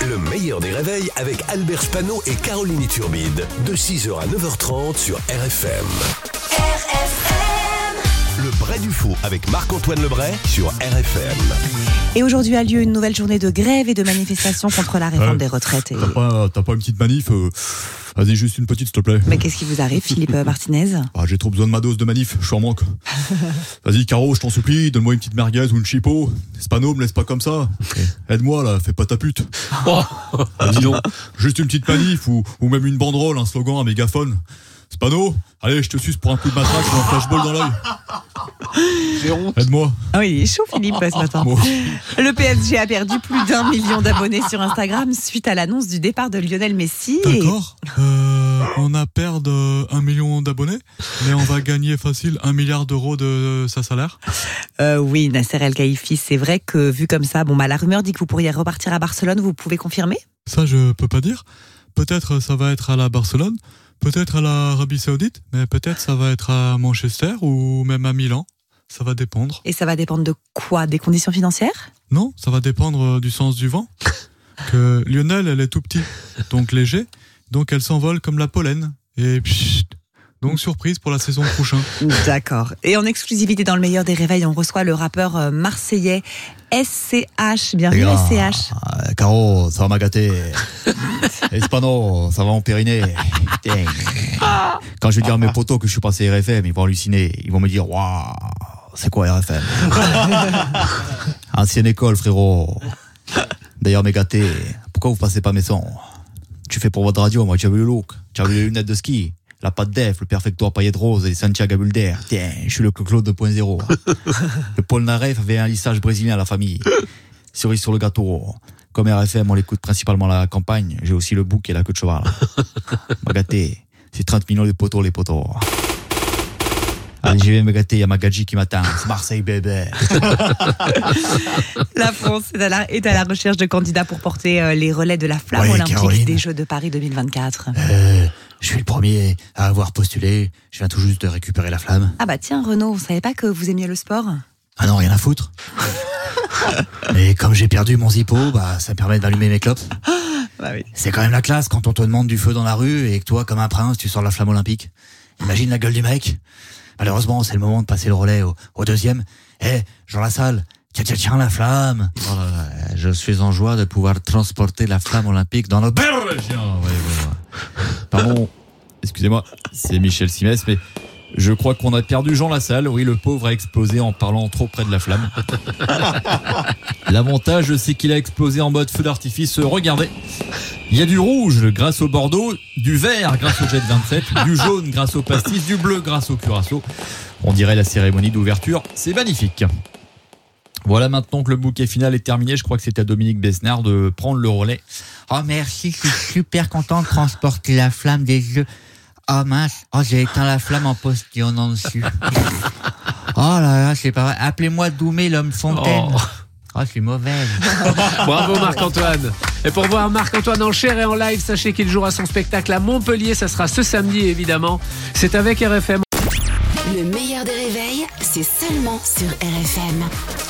Le meilleur des réveils avec Albert Spano et Caroline Turbide. De 6h à 9h30 sur RFM. Le Bray du Faux avec Marc-Antoine Lebray sur RFM. Et aujourd'hui a lieu une nouvelle journée de grève et de manifestation contre la réforme des retraites. Et... T'as pas une petite manif Vas-y, juste une petite, s'il te plaît. Mais qu'est-ce qui vous arrive, Philippe Martinez ? J'ai trop besoin de ma dose de manif, je suis en manque. Vas-y, Caro, je t'en supplie, donne-moi une petite merguez ou une chipo. Spano, me laisse pas comme ça. Aide-moi, là, fais pas ta pute. Dis donc, juste une petite manif ou même une banderole, un slogan, un mégaphone. Spano, allez, je te suce pour un coup de matraque ou un flashball dans l'œil. J'ai honte. Aide-moi. Ah oui, il est chaud, Philippe, ce matin. Bon. Le PSG a perdu plus d'1 million d'abonnés sur Instagram suite à l'annonce du départ de Lionel Messi. D'accord. On a perdu 1 million d'abonnés, mais on va gagner facile 1 milliard d'euros de sa salaire. Oui, Nasser El Khelaifi, c'est vrai que vu comme ça, la rumeur dit que vous pourriez repartir à Barcelone, vous pouvez confirmer ? Ça, je peux pas dire. Peut-être ça va être à la Barcelone, peut-être à l'Arabie Saoudite, mais peut-être ça va être à Manchester ou même à Milan. Ça va dépendre. Et ça va dépendre de quoi ? Des conditions financières ? Non, ça va dépendre du sens du vent. Que Lionel, elle est tout petit, donc léger, donc elle s'envole comme la pollen. Et donc surprise pour la saison prochaine. D'accord. Et en exclusivité dans le meilleur des réveils, on reçoit le rappeur marseillais SCH. Bienvenue SCH. Caro, ça va m'agater. Hispano, ça va m'empériner. Quand je vais dire à mes potos que je suis passé RFM, ils vont halluciner. Ils vont me dire, waouh, c'est quoi RFM? Ancienne école, frérot. D'ailleurs, mes gâtés, pourquoi vous passez pas mes sons? Tu fais pour votre radio, moi, tu as vu le look, tu as vu les lunettes de ski, la patte def, le perfectoire paillette rose et les Santiago Bulder. Tiens, je suis le Claude 2.0. Le Paul Naref avait un lissage brésilien à la famille. Cerise sur le gâteau. Comme RFM, on l'écoute principalement à la campagne, j'ai aussi le bouc et la queue de cheval. Ma gâté, c'est 30 millions de poteaux, les poteaux. Allez, j'y vais me gâter, il y a ma gadji qui m'attend. C'est Marseille, bébé. La France est à la recherche de candidats pour porter les relais de la flamme olympique Caroline. des Jeux de Paris 2024. Je suis le premier à avoir postulé. Je viens tout juste de récupérer la flamme. Ah tiens, Renaud, vous savez pas que vous aimiez le sport ? Ah non, rien à foutre. Mais comme j'ai perdu mon zippo, ça me permet d'allumer mes clopes. Oui. C'est quand même la classe quand on te demande du feu dans la rue et que toi, comme un prince, tu sors la flamme olympique. Imagine la gueule du mec. Malheureusement, c'est le moment de passer le relais au deuxième. Jean Lassalle, tiens la flamme. Oh là là, je suis en joie de pouvoir transporter la flamme olympique dans notre belle région. Pardon, excusez-moi, c'est Michel Simès, mais je crois qu'on a perdu Jean Lassalle. Oui, le pauvre a explosé en parlant trop près de la flamme. L'avantage, c'est qu'il a explosé en mode feu d'artifice. Regardez, il y a du rouge grâce au Bordeaux, du vert grâce au Jet 27, du jaune grâce au pastis, du bleu grâce au Curaçao. On dirait la cérémonie d'ouverture, c'est magnifique. Voilà, maintenant que le bouquet final est terminé, je crois que c'est à Dominique Besnard de prendre le relais. Oh merci, je suis super content de transporter la flamme des Jeux. Oh mince, j'ai éteint la flamme en postillonnant dessus. Oh là là, c'est pas vrai. Appelez-moi Doumé, l'homme fontaine. Oh, je suis mauvaise. Bravo Marc-Antoine. Et pour voir Marc-Antoine en chair et en live, sachez qu'il jouera son spectacle à Montpellier. Ça sera ce samedi évidemment. C'est avec RFM. Le meilleur des réveils, c'est seulement sur RFM.